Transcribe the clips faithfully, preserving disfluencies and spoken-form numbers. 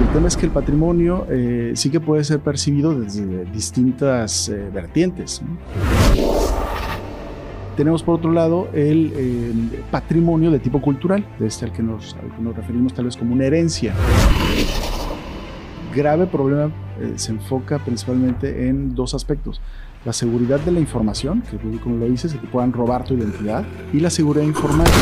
tema es que el patrimonio eh, sí que puede ser percibido desde distintas eh, vertientes, ¿no? Tenemos por otro lado el, el patrimonio de tipo cultural, de este al que, nos, al que nos referimos tal vez como una herencia. Grave problema eh, se enfoca principalmente en dos aspectos: la seguridad de la información, que como lo dices, que te puedan robar tu identidad, y la seguridad informática.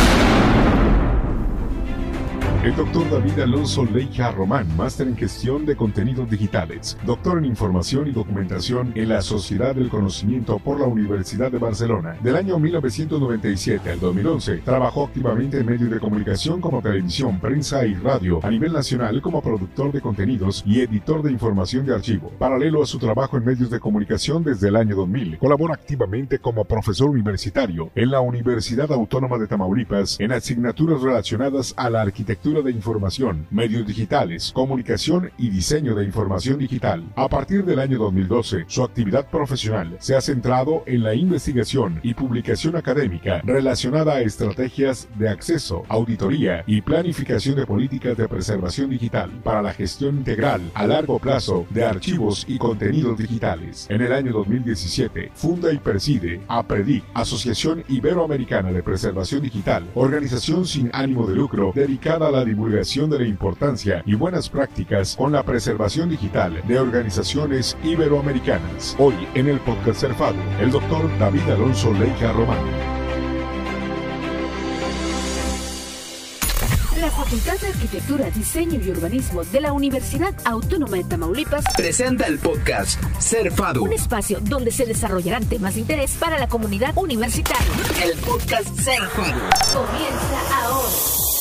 El doctor David Alonso Leija Román, máster en gestión de contenidos digitales, doctor en información y documentación en la Sociedad del Conocimiento por la Universidad de Barcelona. Del año mil novecientos noventa y siete al dos mil once, trabajó activamente en medios de comunicación como televisión, prensa y radio, a nivel nacional como productor de contenidos y editor de información de archivo. Paralelo a su trabajo en medios de comunicación desde el año dos mil, colabora activamente como profesor universitario en la Universidad Autónoma de Tamaulipas en asignaturas relacionadas a la arquitectura de información, medios digitales, comunicación y diseño de información digital. A partir del año dos mil doce, su actividad profesional se ha centrado en la investigación y publicación académica relacionada a estrategias de acceso, auditoría y planificación de políticas de preservación digital para la gestión integral a largo plazo de archivos y contenidos digitales. En el año dos mil diecisiete, funda y preside APREDIC, Asociación Iberoamericana de Preservación Digital, organización sin ánimo de lucro dedicada a la divulgación de la importancia y buenas prácticas con la preservación digital de organizaciones iberoamericanas. Hoy en el podcast Cerfado, el doctor David Alonso Leija Román. La Facultad de Arquitectura, Diseño y Urbanismo de la Universidad Autónoma de Tamaulipas presenta el podcast Cerfado, un espacio donde se desarrollarán temas de interés para la comunidad universitaria. El podcast Cerfado comienza ahora.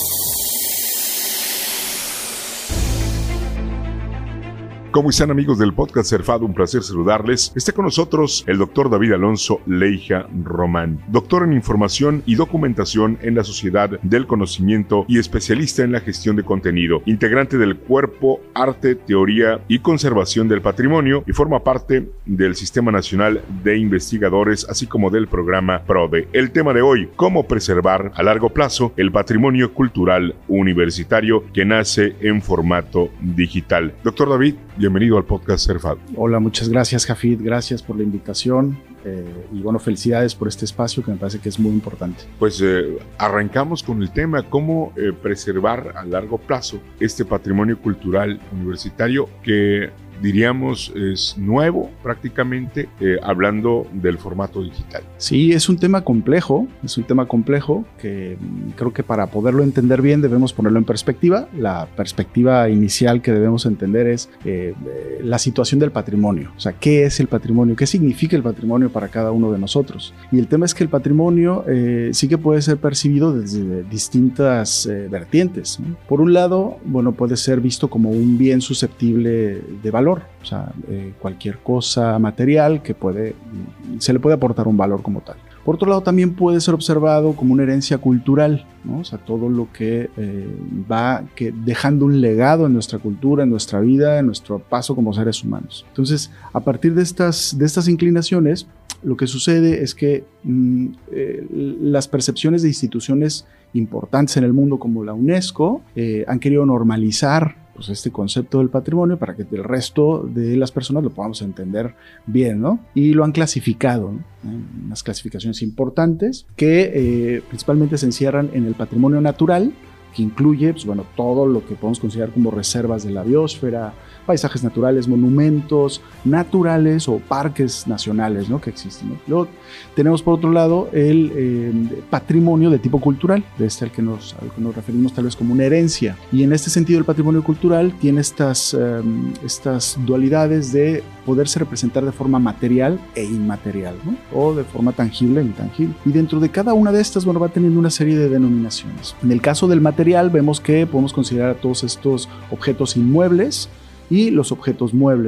¿Cómo están, amigos del podcast Cerfado? Un placer saludarles. Está con nosotros el doctor David Alonso Leija Román, doctor en información y documentación en la Sociedad del Conocimiento y especialista en la gestión de contenido, integrante del Cuerpo Arte, Teoría y Conservación del Patrimonio y forma parte del Sistema Nacional de Investigadores, así como del programa PRODE. El tema de hoy: cómo preservar a largo plazo el patrimonio cultural universitario que nace en formato digital. Doctor David, bienvenido al podcast Cerfado. Hola, muchas gracias, Jafid. Gracias por la invitación eh, y bueno, felicidades por este espacio que me parece que es muy importante. Pues eh, arrancamos con el tema: cómo eh, preservar a largo plazo este patrimonio cultural universitario que diríamos es nuevo prácticamente, eh, hablando del formato digital. Sí, es un tema complejo, es un tema complejo que creo que para poderlo entender bien debemos ponerlo en perspectiva. La perspectiva inicial que debemos entender es eh, la situación del patrimonio, o sea, ¿qué es el patrimonio? ¿Qué significa el patrimonio para cada uno de nosotros? Y el tema es que el patrimonio eh, sí que puede ser percibido desde distintas eh, vertientes, ¿no? Por un lado, bueno, puede ser visto como un bien susceptible de valor. O sea, eh, cualquier cosa material que puede, se le puede aportar un valor como tal. Por otro lado, también puede ser observado como una herencia cultural, ¿no? O sea, todo lo que eh, va que dejando un legado en nuestra cultura, en nuestra vida, en nuestro paso como seres humanos. Entonces, a partir de estas, de estas inclinaciones, lo que sucede es que mm, eh, las percepciones de instituciones importantes en el mundo como la UNESCO eh, han querido normalizar pues este concepto del patrimonio para que el resto de las personas lo podamos entender bien, ¿no? Y lo han clasificado, ¿no? Unas clasificaciones importantes que eh, principalmente se encierran en el patrimonio natural, que incluye, pues, bueno, todo lo que podemos considerar como reservas de la biosfera, paisajes naturales, monumentos naturales o parques nacionales, ¿no?, que existen, ¿no? Luego tenemos por otro lado el eh, patrimonio de tipo cultural, de este al que, nos, al que nos referimos tal vez como una herencia. Y en este sentido el patrimonio cultural tiene estas, eh, estas dualidades de poderse representar de forma material e inmaterial, ¿no?, o de forma tangible e intangible. Y dentro de cada una de estas, bueno, va teniendo una serie de denominaciones. En el caso del material vemos que podemos considerar a todos estos objetos inmuebles y los objetos muebles, ¿no?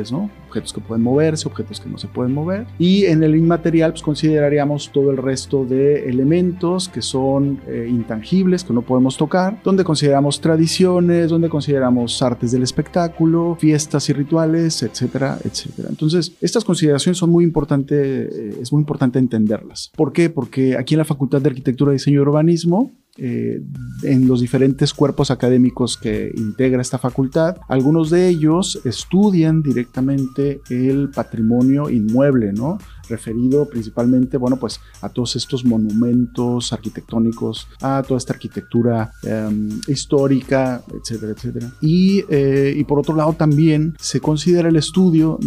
objetos que pueden moverse, objetos que no se pueden mover. Y en el inmaterial pues consideraríamos todo el resto de elementos que son eh, intangibles, que no podemos tocar, donde consideramos tradiciones, donde consideramos artes del espectáculo, fiestas y rituales, etcétera, etcétera. Entonces, estas consideraciones son muy importantes, eh, es muy importante entenderlas. ¿Por qué? Porque aquí en la Facultad de Arquitectura, Diseño y Urbanismo, Eh, en los diferentes cuerpos académicos que integra esta facultad, algunos de ellos estudian directamente el patrimonio inmueble, ¿no? Referido principalmente, bueno, pues a todos estos monumentos arquitectónicos, a toda esta arquitectura eh, histórica, etcétera, etcétera. Y, eh, y por otro lado también se considera el estudio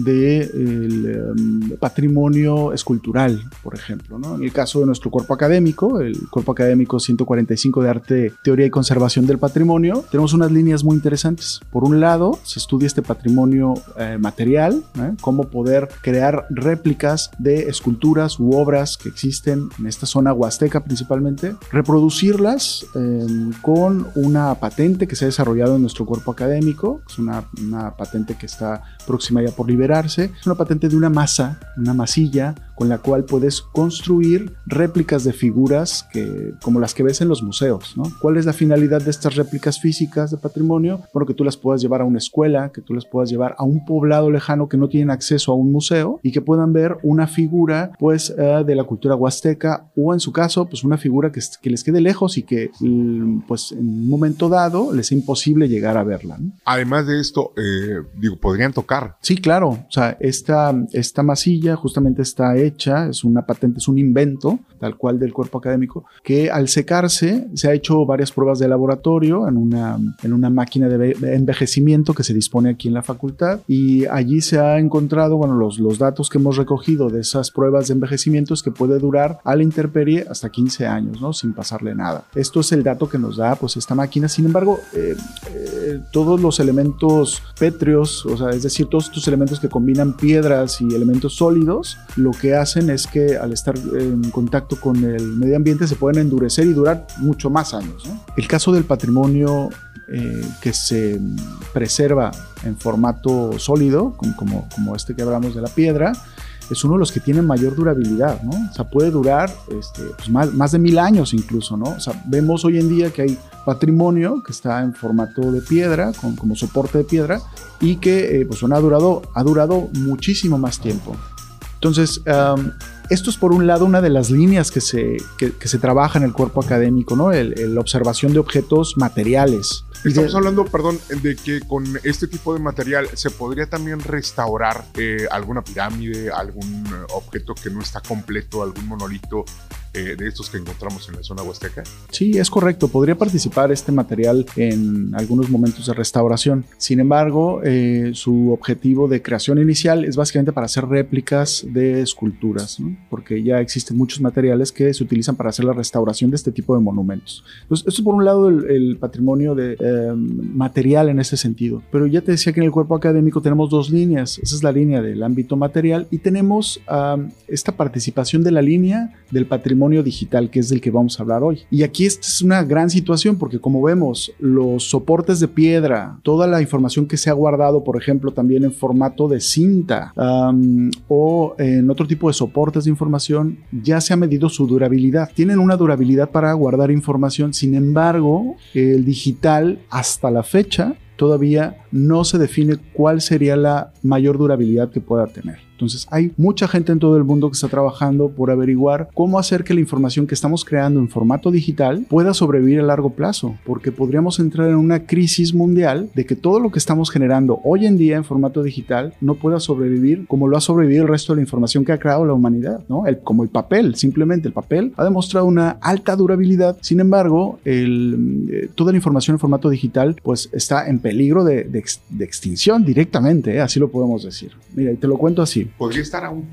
del eh, patrimonio escultural, por ejemplo, ¿no? En el caso de nuestro cuerpo académico, el cuerpo académico ciento cuarenta y cinco de Arte, Teoría y Conservación del Patrimonio, tenemos unas líneas muy interesantes. Por un lado, se estudia este patrimonio eh, material, ¿eh? Cómo poder crear réplicas de esculturas u obras que existen en esta zona huasteca principalmente, reproducirlas eh, con una patente que se ha desarrollado en nuestro cuerpo académico. Es una, una patente que está próxima ya por liberarse. Es una patente de una masa, una masilla con la cual puedes construir réplicas de figuras que, como las que ves en los museos, ¿no? ¿Cuál es la finalidad de estas réplicas físicas de patrimonio? Bueno, que tú las puedas llevar a una escuela, que tú las puedas llevar a un poblado lejano que no tienen acceso a un museo y que puedan ver una figura, pues, uh, de la cultura huasteca, o en su caso, pues, una figura que, que les quede lejos y que, pues, en un momento dado les sea imposible llegar a verla, ¿no? Además de esto, eh, digo, ¿podrían tocar? Sí, claro. O sea, esta, esta masilla justamente está hecha, es una patente, es un invento, tal cual del cuerpo académico, que al secarse se ha hecho varias pruebas de laboratorio en una, en una máquina de envejecimiento que se dispone aquí en la facultad, y allí se ha encontrado, bueno, los, los datos que hemos recogido de esas pruebas de envejecimiento es que puede durar a la intemperie hasta quince años, ¿no? Sin pasarle nada. Esto es el dato que nos da, pues, esta máquina. Sin embargo, eh, eh, todos los elementos pétreos, o sea, es decir, todos estos elementos que combinan piedras y elementos sólidos, lo que hacen es que al estar en contacto con el medio ambiente se pueden endurecer y durar mucho más años, ¿no? El caso del patrimonio eh, que se preserva en formato sólido, como, como, como este que hablamos de la piedra, es uno de los que tiene mayor durabilidad, ¿no? O sea, puede durar este, pues más, más de mil años incluso, ¿no? O sea, vemos hoy en día que hay patrimonio que está en formato de piedra, con, como soporte de piedra, y que eh, pues, bueno, ha durado, ha durado muchísimo más tiempo. Entonces, um, esto es por un lado una de las líneas que se, que, que se trabaja en el cuerpo académico, ¿no? El, el, la observación de objetos materiales. Estamos hablando, perdón, de que con este tipo de material se podría también restaurar eh, alguna pirámide, algún objeto que no está completo, algún monolito eh, de estos que encontramos en la zona huasteca. Sí, es correcto. Podría participar este material en algunos momentos de restauración. Sin embargo, eh, su objetivo de creación inicial es básicamente para hacer réplicas de esculturas, ¿no? Porque ya existen muchos materiales que se utilizan para hacer la restauración de este tipo de monumentos. Entonces, esto es por un lado el, el patrimonio de, eh, material en ese sentido. Pero ya te decía que en el cuerpo académico tenemos dos líneas. Esa es la línea del ámbito material y tenemos um, esta participación de la línea del patrimonio digital, que es del que vamos a hablar hoy. Y aquí esta es una gran situación porque, como vemos, los soportes de piedra, toda la información que se ha guardado, por ejemplo, también en formato de cinta um, o en otro tipo de soportes de información, ya se ha medido su durabilidad. Tienen una durabilidad para guardar información. Sin embargo, el digital, hasta la fecha, todavía no se define cuál sería la mayor durabilidad que pueda tener. Entonces, hay mucha gente en todo el mundo que está trabajando por averiguar cómo hacer que la información que estamos creando en formato digital pueda sobrevivir a largo plazo, porque podríamos entrar en una crisis mundial de que todo lo que estamos generando hoy en día en formato digital no pueda sobrevivir como lo ha sobrevivido el resto de la información que ha creado la humanidad, ¿no? El, como el papel, simplemente el papel ha demostrado una alta durabilidad. Sin embargo, el, eh, toda la información en formato digital pues está en peligro de, de, de extinción directamente, ¿eh? Así lo podemos decir. Mira, y te lo cuento así. Podría estar a un clic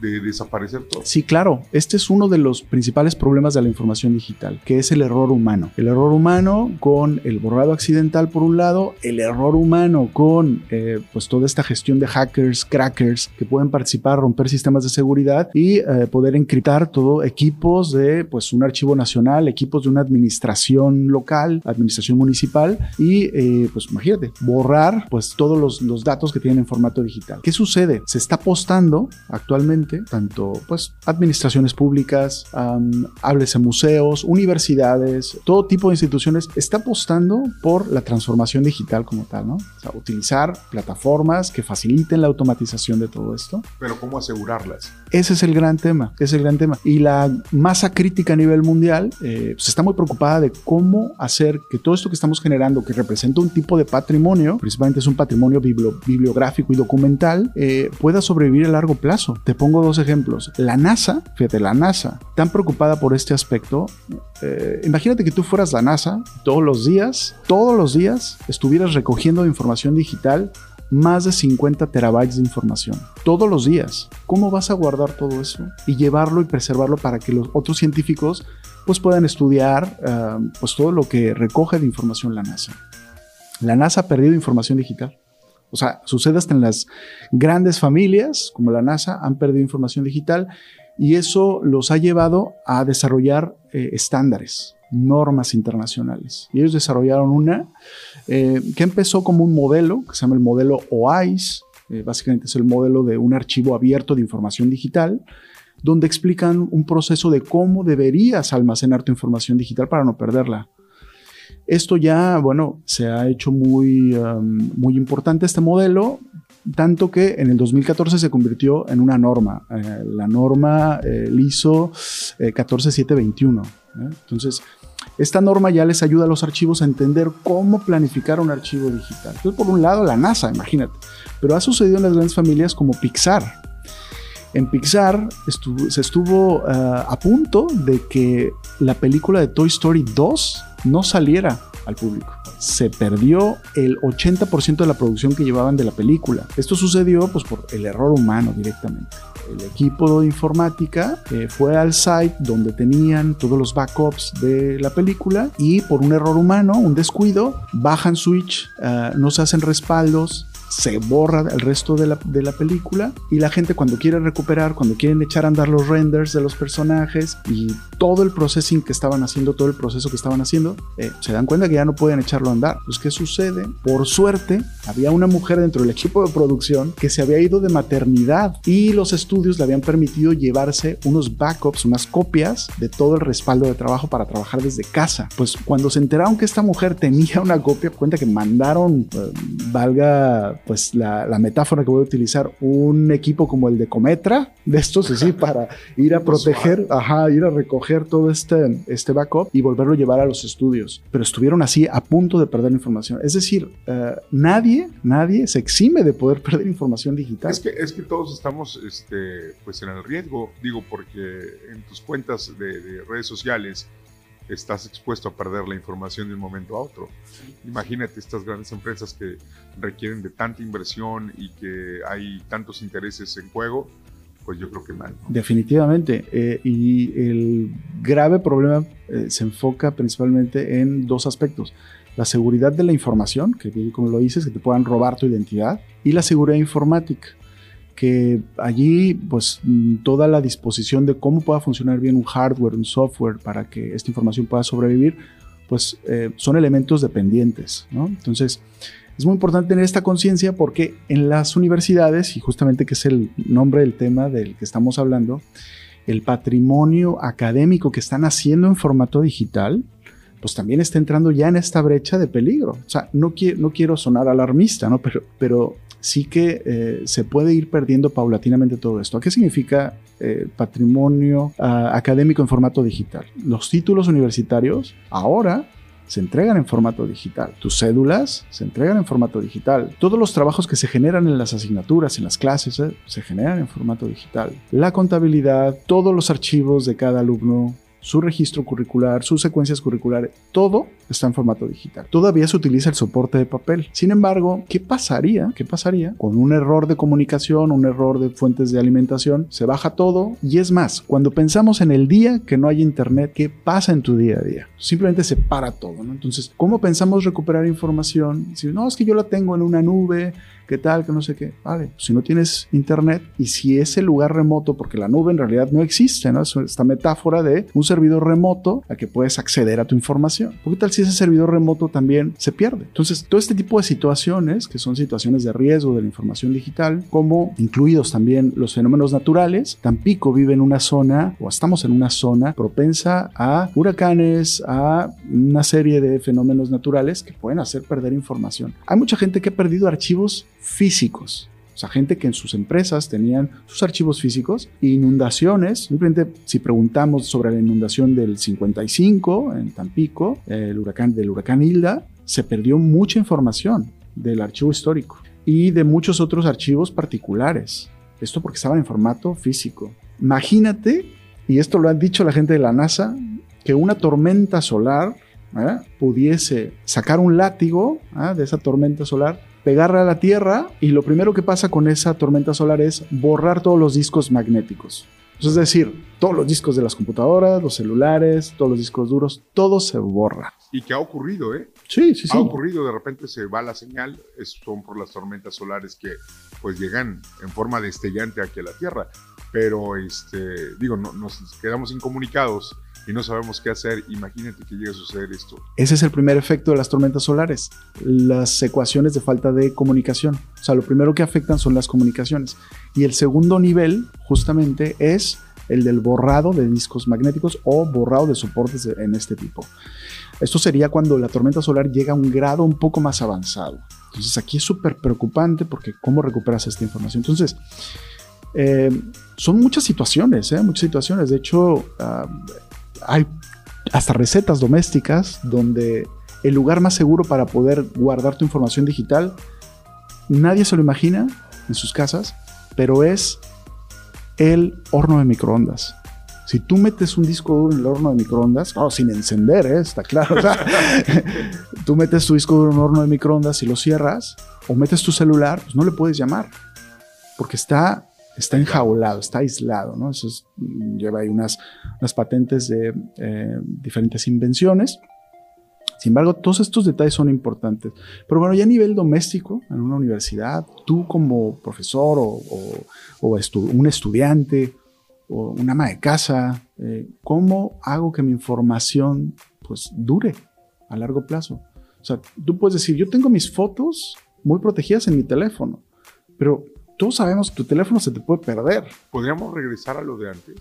de desaparecer todo. Sí, claro. Este es uno de los principales problemas de la información digital, que es el error humano. El error humano con el borrado accidental por un lado, el error humano con eh, pues toda esta gestión de hackers, crackers, que pueden participar, romper sistemas de seguridad y eh, poder encriptar todo equipos de pues un archivo nacional, equipos de una administración local, administración municipal y eh, pues imagínate, borrar pues todos los, los datos que tienen en formato digital. ¿Qué sucede? Se está apostando actualmente tanto pues administraciones públicas, um, háblese museos, universidades, todo tipo de instituciones está apostando por la transformación digital como tal, ¿no? O sea, utilizar plataformas que faciliten la automatización de todo esto. Pero ¿cómo asegurarlas? Ese es el gran tema, ese es el gran tema. Y la masa crítica a nivel mundial eh, pues está muy preocupada de cómo hacer que todo esto que estamos generando, que representa un tipo de patrimonio, principalmente es un patrimonio bibli- bibliográfico y documental, eh, pueda sobrevivir a largo plazo. Te pongo dos ejemplos. La NASA, fíjate, la NASA, tan preocupada por este aspecto, eh, imagínate que tú fueras la NASA, todos los días, todos los días estuvieras recogiendo información digital, más de cincuenta terabytes de información, todos los días. ¿Cómo vas a guardar todo eso y llevarlo y preservarlo para que los otros científicos pues puedan estudiar uh, pues todo lo que recoge de información la NASA? La NASA ha perdido información digital. O sea, sucede hasta en las grandes familias, como la NASA, han perdido información digital y eso los ha llevado a desarrollar eh, estándares, normas internacionales. Y ellos desarrollaron una eh, que empezó como un modelo, que se llama el modelo O I S, eh, básicamente es el modelo de un archivo abierto de información digital, donde explican un proceso de cómo deberías almacenar tu información digital para no perderla. Esto ya, bueno, se ha hecho muy, um, muy importante este modelo, tanto que en el dos mil catorce se convirtió en una norma, eh, la norma eh, el I S O eh, catorce mil setecientos veintiuno. ¿eh? Entonces, esta norma ya les ayuda a los archivos a entender cómo planificar un archivo digital. Entonces, por un lado, la NASA, imagínate, pero ha sucedido en las grandes familias como Pixar. En Pixar estuvo, se estuvo uh, a punto de que la película de Toy Story dos no saliera al público. Se perdió el ochenta por ciento de la producción que llevaban de la película. Esto sucedió pues, por el error humano directamente. El equipo de informática eh, fue al site donde tenían todos los backups de la película y por un error humano, un descuido, bajan switch, uh, no se hacen respaldos, se borra el resto de la, de la película y la gente cuando quiere recuperar, cuando quieren echar a andar los renders de los personajes y todo el processing que estaban haciendo, todo el proceso que estaban haciendo, eh, se dan cuenta que ya no pueden echarlo a andar. Pues ¿qué sucede? Por suerte, había una mujer dentro del equipo de producción que se había ido de maternidad y los estudios le habían permitido llevarse unos backups, unas copias de todo el respaldo de trabajo para trabajar desde casa. Pues cuando se enteraron que esta mujer tenía una copia, cuenta que mandaron, eh, valga pues la, la metáfora que voy a utilizar, un equipo como el de Cometra, de estos así, para ir a proteger, ajá, ir a recoger todo este, este backup y volverlo a llevar a los estudios. Pero estuvieron así a punto de perder información. Es decir, uh, nadie, nadie se exime de poder perder información digital. Es que, es que todos estamos este, pues en el riesgo, digo, porque en tus cuentas de, de redes sociales estás expuesto a perder la información de un momento a otro. Imagínate estas grandes empresas que requieren de tanta inversión y que hay tantos intereses en juego, pues yo creo que mal, ¿no? Definitivamente. Eh, y el grave problema eh, se enfoca principalmente en dos aspectos. La seguridad de la información, que como lo dices, que te puedan robar tu identidad, y la seguridad informática, que allí pues toda la disposición de cómo pueda funcionar bien un hardware, un software para que esta información pueda sobrevivir, pues eh, son elementos dependientes, ¿no? Entonces es muy importante tener esta conciencia porque en las universidades, y justamente que es el nombre del tema del que estamos hablando, el patrimonio académico que están haciendo en formato digital, pues también está entrando ya en esta brecha de peligro. O sea, no, qui- no quiero sonar alarmista, ¿no? Pero, pero sí que eh, se puede ir perdiendo paulatinamente todo esto. ¿Qué significa eh, patrimonio uh, académico en formato digital? Los títulos universitarios ahora se entregan en formato digital. Tus cédulas se entregan en formato digital. Todos los trabajos que se generan en las asignaturas, en las clases, eh, se generan en formato digital. La contabilidad, todos los archivos de cada alumno su registro curricular, sus secuencias curriculares, todo está en formato digital. Todavía se utiliza el soporte de papel. Sin embargo, ¿qué pasaría? ¿Qué pasaría con un error de comunicación, un error de fuentes de alimentación? Se baja todo y es más, cuando pensamos en el día que no hay internet, ¿qué pasa en tu día a día? Simplemente se para todo, ¿no? Entonces, ¿cómo pensamos recuperar información? Si no, es que yo la tengo en una nube, ¿qué tal? Que no sé qué. Vale, si no tienes internet y si ese lugar remoto, porque la nube en realidad no existe, ¿no? Es esta metáfora de un servidor remoto a que puedes acceder a tu información. ¿Por qué tal si ese servidor remoto también se pierde? Entonces, todo este tipo de situaciones, que son situaciones de riesgo de la información digital, como incluidos también los fenómenos naturales, Tampico vive en una zona, o estamos en una zona propensa a huracanes, a una serie de fenómenos naturales que pueden hacer perder información. Hay mucha gente que ha perdido archivos físicos. O sea, gente que en sus empresas tenían sus archivos físicos, inundaciones. Simplemente, si preguntamos sobre la inundación del cincuenta y cinco en Tampico, el huracán, del huracán Hilda, se perdió mucha información del archivo histórico y de muchos otros archivos particulares. Esto porque estaban en formato físico. Imagínate, y esto lo han dicho la gente de la NASA, que una tormenta solar ¿eh? pudiese sacar un látigo ¿eh? de esa tormenta solar, pegarla a la Tierra, y lo primero que pasa con esa tormenta solar es borrar todos los discos magnéticos. Es decir, todos los discos de las computadoras, los celulares, todos los discos duros, todo se borra. Y que ha ocurrido, ¿eh? Sí, sí, sí. Ha ocurrido, de repente se va la señal, es, son por las tormentas solares que pues llegan en forma destellante aquí a la Tierra. Pero, este, digo, no, nos quedamos incomunicados y no sabemos qué hacer. Imagínate que llegue a suceder esto. Ese es el primer efecto de las tormentas solares, las ecuaciones de falta de comunicación. O sea, lo primero que afectan son las comunicaciones. Y el segundo nivel, justamente, es el del borrado de discos magnéticos o borrado de soportes de, en este tipo. Esto sería cuando la tormenta solar llega a un grado un poco más avanzado. Entonces, aquí es súper preocupante porque ¿cómo recuperas esta información? Entonces, eh, son muchas situaciones, ¿eh? Muchas situaciones. De hecho, uh, hay hasta recetas domésticas donde el lugar más seguro para poder guardar tu información digital, nadie se lo imagina en sus casas, pero es el horno de microondas. Si tú metes un disco duro en el horno de microondas, claro, sin encender, ¿eh? Está claro. O sea, tú metes tu disco duro en un horno de microondas y lo cierras, o metes tu celular, pues no le puedes llamar, porque está... Está enjaulado, está aislado, ¿no? Eso es, lleva ahí unas, unas patentes de eh, diferentes invenciones. Sin embargo, todos estos detalles son importantes. Pero bueno, ya a nivel doméstico, en una universidad, tú como profesor o, o, o estu- un estudiante o una ama de casa, eh, ¿cómo hago que mi información pues dure a largo plazo? O sea, tú puedes decir, yo tengo mis fotos muy protegidas en mi teléfono, pero todos sabemos que tu teléfono se te puede perder. ¿Podríamos regresar a lo de antes?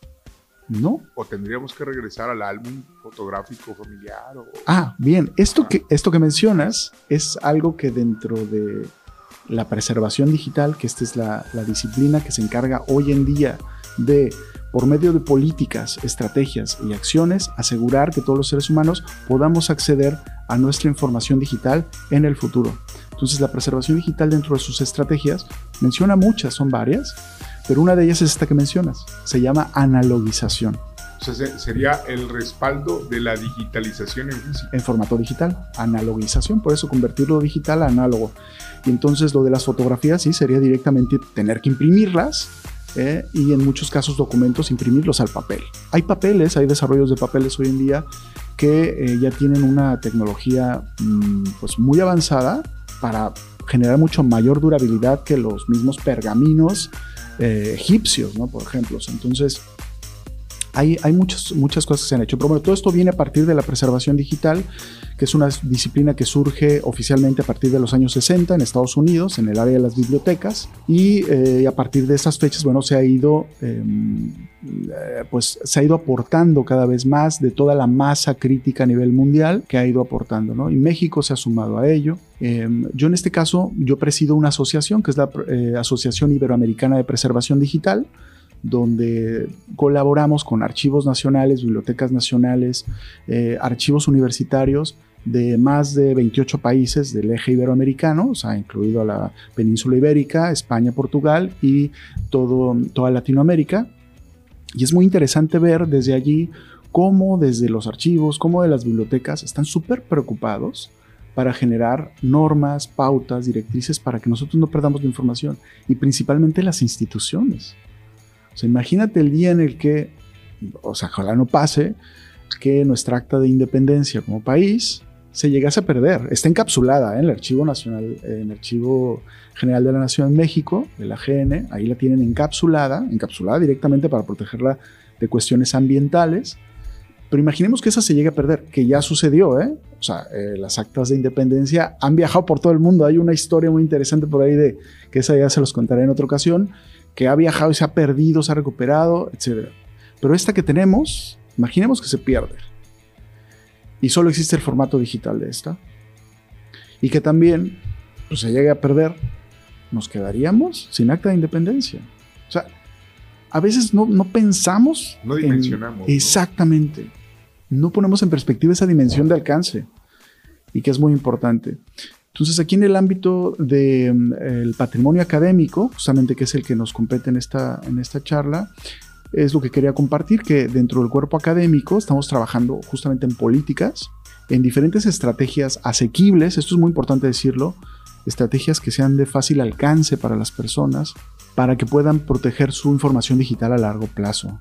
No. ¿O tendríamos que regresar al álbum fotográfico familiar? O... Ah, bien. Esto, ah. que, esto que mencionas es algo que dentro de la preservación digital, que esta es la, la disciplina que se encarga hoy en día de, por medio de políticas, estrategias y acciones, asegurar que todos los seres humanos podamos acceder a nuestra información digital en el futuro. Entonces, la preservación digital dentro de sus estrategias menciona muchas, son varias, pero una de ellas es esta que mencionas. Se llama analogización. O sea, sería el respaldo de la digitalización en físico. En formato digital, analogización, por eso convertirlo digital a análogo. Y entonces lo de las fotografías sí sería directamente tener que imprimirlas eh, y en muchos casos documentos imprimirlos al papel. Hay papeles, hay desarrollos de papeles hoy en día que eh, ya tienen una tecnología mmm, pues muy avanzada para generar mucho mayor durabilidad que los mismos pergaminos eh, egipcios, ¿no? Por ejemplo. Entonces, hay, hay muchas, muchas cosas que se han hecho. Pero bueno, todo esto viene a partir de la preservación digital, que es una disciplina que surge oficialmente a partir de los años sesenta en Estados Unidos, en el área de las bibliotecas, y eh, a partir de esas fechas, bueno, se ha ido, eh, pues, se ha ido aportando cada vez más de toda la masa crítica a nivel mundial que ha ido aportando, ¿no? Y México se ha sumado a ello. Eh, yo en este caso, yo presido una asociación, que es la eh, Asociación Iberoamericana de Preservación Digital, donde colaboramos con archivos nacionales, bibliotecas nacionales, eh, archivos universitarios de más de veintiocho países del eje iberoamericano, o sea, incluido a la península ibérica, España, Portugal y todo, toda Latinoamérica. Y es muy interesante ver desde allí cómo desde los archivos, cómo de las bibliotecas están súper preocupados para generar normas, pautas, directrices para que nosotros no perdamos la información, y principalmente las instituciones. O sea, imagínate el día en el que, o sea, ojalá no pase, que nuestra acta de independencia como país se llegase a perder. Está encapsulada ¿eh? en el Archivo Nacional, en el Archivo General de la Nación en México, de la G N, ahí la tienen encapsulada, encapsulada directamente para protegerla de cuestiones ambientales. Pero imaginemos que esa se llegue a perder, que ya sucedió, ¿eh? O sea, eh, las actas de independencia han viajado por todo el mundo. Hay una historia muy interesante por ahí, de que esa ya se los contaré en otra ocasión, que ha viajado y se ha perdido, se ha recuperado, etcétera. Pero esta que tenemos, imaginemos que se pierde. Y solo existe el formato digital de esta. Y que también pues, se llegue a perder, nos quedaríamos sin acta de independencia. O sea, a veces no, no pensamos. No dimensionamos. En, exactamente. ¿no? No ponemos en perspectiva esa dimensión de alcance, y que es muy importante. Entonces, aquí en el ámbito del de, patrimonio académico, justamente que es el que nos compete en esta, en esta charla, es lo que quería compartir, que dentro del cuerpo académico estamos trabajando justamente en políticas, en diferentes estrategias asequibles, esto es muy importante decirlo, estrategias que sean de fácil alcance para las personas, para que puedan proteger su información digital a largo plazo,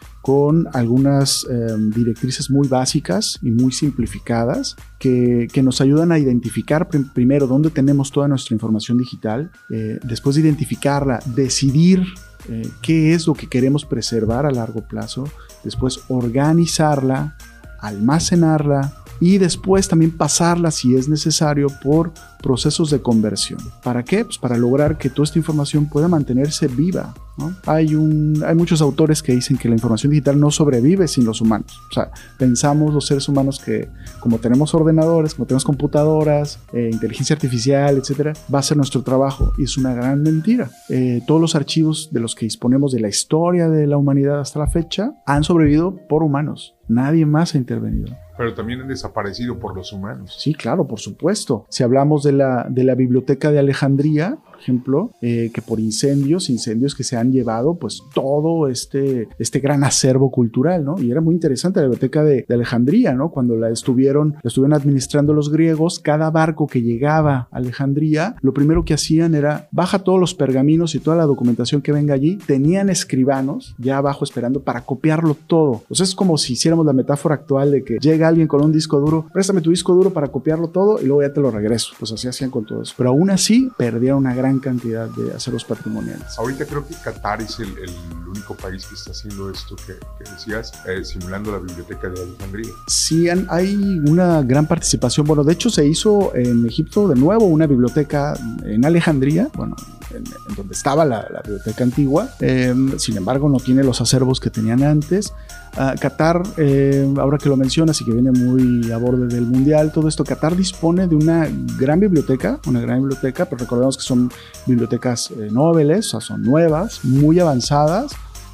con algunas eh, directrices muy básicas y muy simplificadas que, que nos ayudan a identificar pr- primero dónde tenemos toda nuestra información digital, eh, después de identificarla, decidir eh, qué es lo que queremos preservar a largo plazo, después organizarla, almacenarla y después también pasarla, si es necesario, por procesos de conversión. ¿Para qué? Pues para lograr que toda esta información pueda mantenerse viva, ¿no? Hay, un, hay muchos autores que dicen que la información digital no sobrevive sin los humanos. O sea, pensamos los seres humanos que como tenemos ordenadores, como tenemos computadoras, eh, inteligencia artificial, etcétera, va a ser nuestro trabajo, y es una gran mentira. Eh, todos los archivos de los que disponemos de la historia de la humanidad hasta la fecha han sobrevivido por humanos. Nadie más ha intervenido. Pero también han desaparecido por los humanos. Sí, claro, por supuesto. Si hablamos de la, de la Biblioteca de Alejandría, por ejemplo, eh, que por incendios, incendios que se han llevado pues todo este, este gran acervo cultural, ¿no? Y era muy interesante la Biblioteca de, de Alejandría, ¿no? Cuando la estuvieron, la estuvieron administrando los griegos, cada barco que llegaba a Alejandría, lo primero que hacían era, baja todos los pergaminos y toda la documentación que venga allí, tenían escribanos ya abajo esperando para copiarlo todo. Pues es como si hiciéramos la metáfora actual de que llega alguien con un disco duro, préstame tu disco duro para copiarlo todo y luego ya te lo regreso. Pues así hacían con todo eso. Pero aún así perdieron una gran cantidad de acervos patrimoniales. Ahorita creo que Qatar es el, el único país que está haciendo esto que, que decías, eh, simulando la Biblioteca de Alejandría. Sí, han, hay una gran participación. Bueno, de hecho se hizo en Egipto de nuevo una biblioteca en Alejandría, bueno, en, en donde estaba la, la biblioteca antigua. Eh, sin embargo, no tiene los acervos que tenían antes. Uh, Qatar, eh, ahora que lo mencionas y que viene muy a borde del mundial, todo esto, Qatar dispone de una gran biblioteca, una gran biblioteca, pero recordemos que son bibliotecas eh, nobles, o sea, son nuevas, muy avanzadas,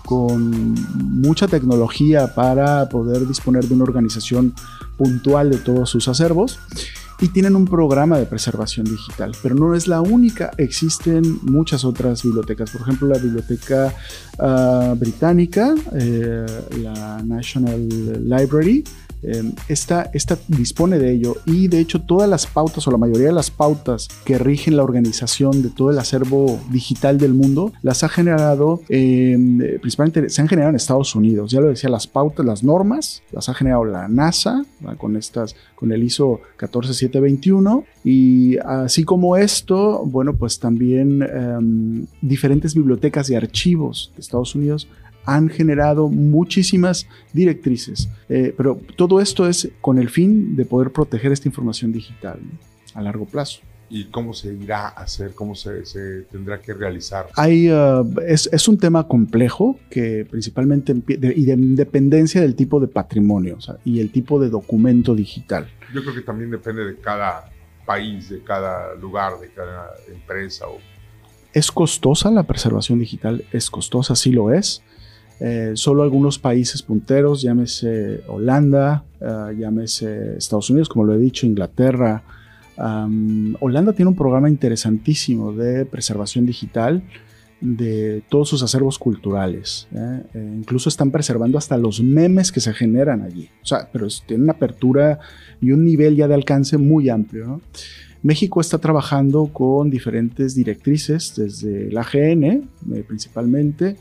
con mucha tecnología para poder disponer de una organización puntual de todos sus acervos. Y tienen un programa de preservación digital, pero no es la única, existen muchas otras bibliotecas, por ejemplo la biblioteca uh, británica, eh, la National Library, eh, esta, esta dispone de ello, y de hecho todas las pautas o la mayoría de las pautas que rigen la organización de todo el acervo digital del mundo las ha generado, eh, principalmente se han generado en Estados Unidos. Ya lo decía, las pautas, las normas las ha generado la NASA, ¿va? con estas, con el I S O catorce siete veintiuno, y así como esto, bueno, pues también um, diferentes bibliotecas y archivos de Estados Unidos han generado muchísimas directrices, eh, pero todo esto es con el fin de poder proteger esta información digital, ¿no? A largo plazo. ¿Y cómo se irá a hacer? ¿Cómo se, se tendrá que realizar? Hay, uh, es, es un tema complejo que principalmente de, y de dependencia del tipo de patrimonio, o sea, y el tipo de documento digital. Yo creo que también depende de cada país, de cada lugar, de cada empresa. O... ¿Es costosa la preservación digital? Es costosa, sí lo es. Eh, solo algunos países punteros, llámese Holanda, uh, llámese Estados Unidos, como lo he dicho, Inglaterra. Um, Holanda tiene un programa interesantísimo de preservación digital de todos sus acervos culturales. ¿eh? Eh, incluso están preservando hasta los memes que se generan allí. O sea, pero tiene una apertura y un nivel ya de alcance muy amplio, ¿no? México está trabajando con diferentes directrices, desde la A G N eh, principalmente,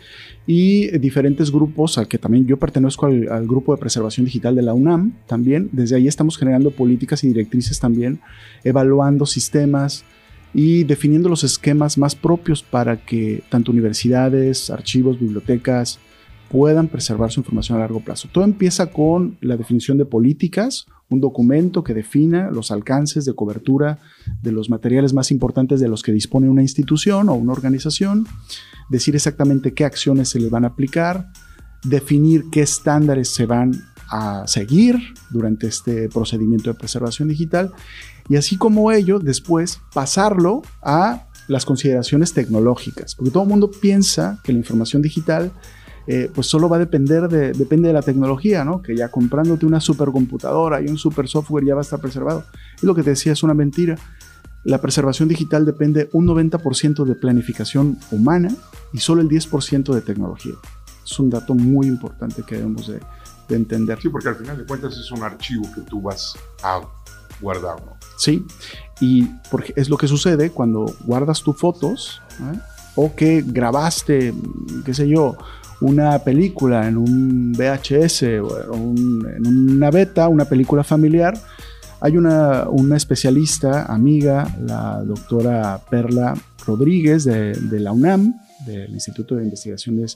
y diferentes grupos, al que también yo pertenezco al, al grupo de preservación digital de la UNAM, también. Desde ahí estamos generando políticas y directrices también, evaluando sistemas y definiendo los esquemas más propios para que tanto universidades, archivos, bibliotecas puedan preservar su información a largo plazo. Todo empieza con la definición de políticas, un documento que defina los alcances de cobertura de los materiales más importantes de los que dispone una institución o una organización, decir exactamente qué acciones se le van a aplicar, definir qué estándares se van a seguir durante este procedimiento de preservación digital, y así como ello, después pasarlo a las consideraciones tecnológicas, porque todo el mundo piensa que la información digital Eh, pues solo va a depender de, depende de la tecnología, ¿no? Que ya comprándote una supercomputadora y un super software ya va a estar preservado. Y lo que te decía es una mentira. La preservación digital depende un noventa por ciento de planificación humana y solo el diez por ciento de tecnología. Es un dato muy importante que debemos de, de entender. Sí, porque al final de cuentas es un archivo que tú vas a guardar, ¿no? Sí, y porque es lo que sucede cuando guardas tus fotos, ¿eh? O que grabaste, qué sé yo, una película en un V H S o un, en una beta, una película familiar. Hay una, una especialista, amiga, la doctora Perla Rodríguez de, de la UNAM, del Instituto de Investigaciones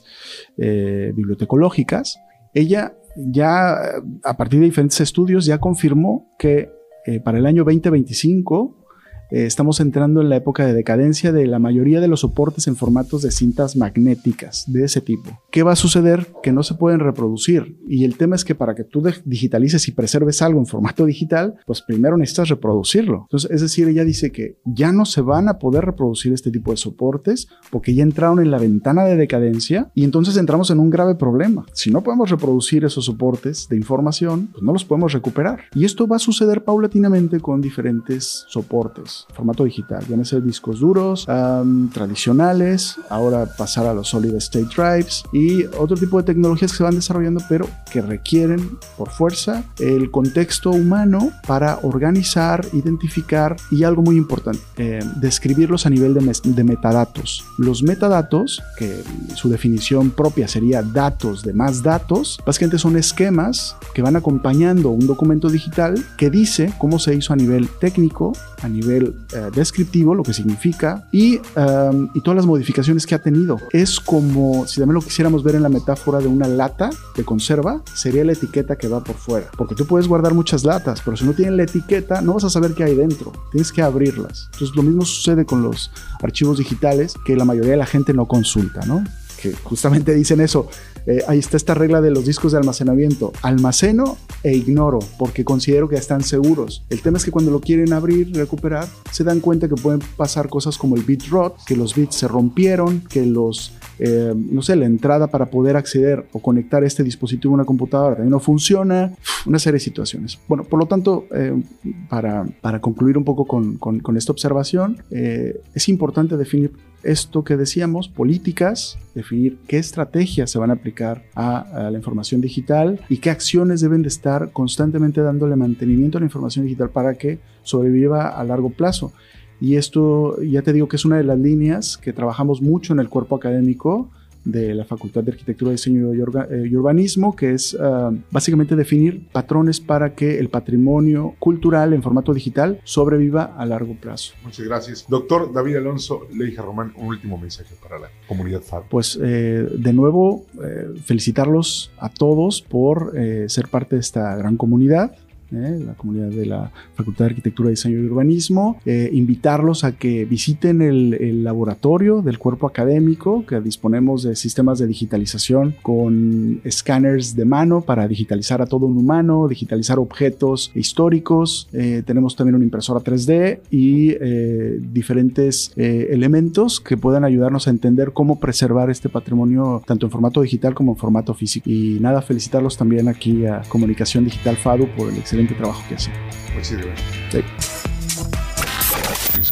eh, Bibliotecológicas. Ella ya, a partir de diferentes estudios, ya confirmó que eh, para el año veinte veinticinco Eh, estamos entrando en la época de decadencia de la mayoría de los soportes en formatos de cintas magnéticas de ese tipo. ¿Qué va a suceder? Que no se pueden reproducir. Y el tema es que para que tú digitalices y preserves algo en formato digital, pues primero necesitas reproducirlo. Entonces, es decir, ella dice que ya no se van a poder reproducir este tipo de soportes porque ya entraron en la ventana de decadencia, y entonces entramos en un grave problema. Si no podemos reproducir esos soportes de información, pues no los podemos recuperar. Y esto va a suceder paulatinamente con diferentes soportes. Formato digital, llámese discos duros, um, tradicionales, ahora pasar a los solid state drives y otro tipo de tecnologías que se van desarrollando, pero que requieren por fuerza el contexto humano para organizar, identificar y algo muy importante, eh, describirlos a nivel de, de metadatos. Los metadatos, que su definición propia sería datos de más datos, básicamente son esquemas que van acompañando un documento digital que dice cómo se hizo a nivel técnico, a nivel eh, descriptivo, lo que significa, y, um, y todas las modificaciones que ha tenido. Es como, si también lo quisiéramos ver en la metáfora de una lata de conserva, sería la etiqueta que va por fuera. Porque tú puedes guardar muchas latas, pero si no tienen la etiqueta, no vas a saber qué hay dentro. Tienes que abrirlas. Entonces, lo mismo sucede con los archivos digitales, que la mayoría de la gente no consulta, ¿no? Que justamente dicen eso. Eh, ahí está esta regla de los discos de almacenamiento: almaceno e ignoro porque considero que están seguros. El tema es que cuando lo quieren abrir, recuperar, se dan cuenta que pueden pasar cosas como el bit rot, que los bits se rompieron, que los, eh, no sé, la entrada para poder acceder o conectar este dispositivo a una computadora también no funciona, una serie de situaciones. Bueno, por lo tanto, eh, para, para concluir un poco con, con, con esta observación, eh, es importante definir esto que decíamos, políticas, definir qué estrategias se van a aplicar a, a la información digital y qué acciones deben de estar constantemente dándole mantenimiento a la información digital para que sobreviva a largo plazo. Y esto, ya te digo que es una de las líneas que trabajamos mucho en el cuerpo académico de la Facultad de Arquitectura, Diseño y, Orga, eh, y Urbanismo, que es uh, básicamente definir patrones para que el patrimonio cultural en formato digital sobreviva a largo plazo. Muchas gracias. Doctor David Alonso Leija Román, un último mensaje para la comunidad FADU. Pues eh, de nuevo, eh, felicitarlos a todos por eh, ser parte de esta gran comunidad. Eh, la comunidad de la Facultad de Arquitectura, Diseño y Urbanismo, eh, invitarlos a que visiten el, el laboratorio del cuerpo académico, que disponemos de sistemas de digitalización con escáneres de mano para digitalizar a todo un humano, digitalizar objetos históricos. Eh, tenemos también una impresora tres D y eh, diferentes eh, elementos que puedan ayudarnos a entender cómo preservar este patrimonio tanto en formato digital como en formato físico. Y nada, felicitarlos también aquí a Comunicación Digital FADU por el excelente trabajo que hacen. Muchas gracias. Sí.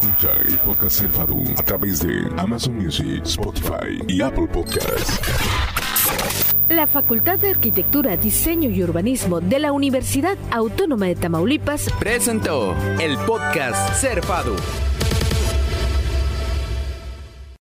Escucha el podcast Ser Fado a través de Amazon Music, Spotify y Apple Podcasts. La Facultad de Arquitectura, Diseño y Urbanismo de la Universidad Autónoma de Tamaulipas presentó el podcast Ser Fado.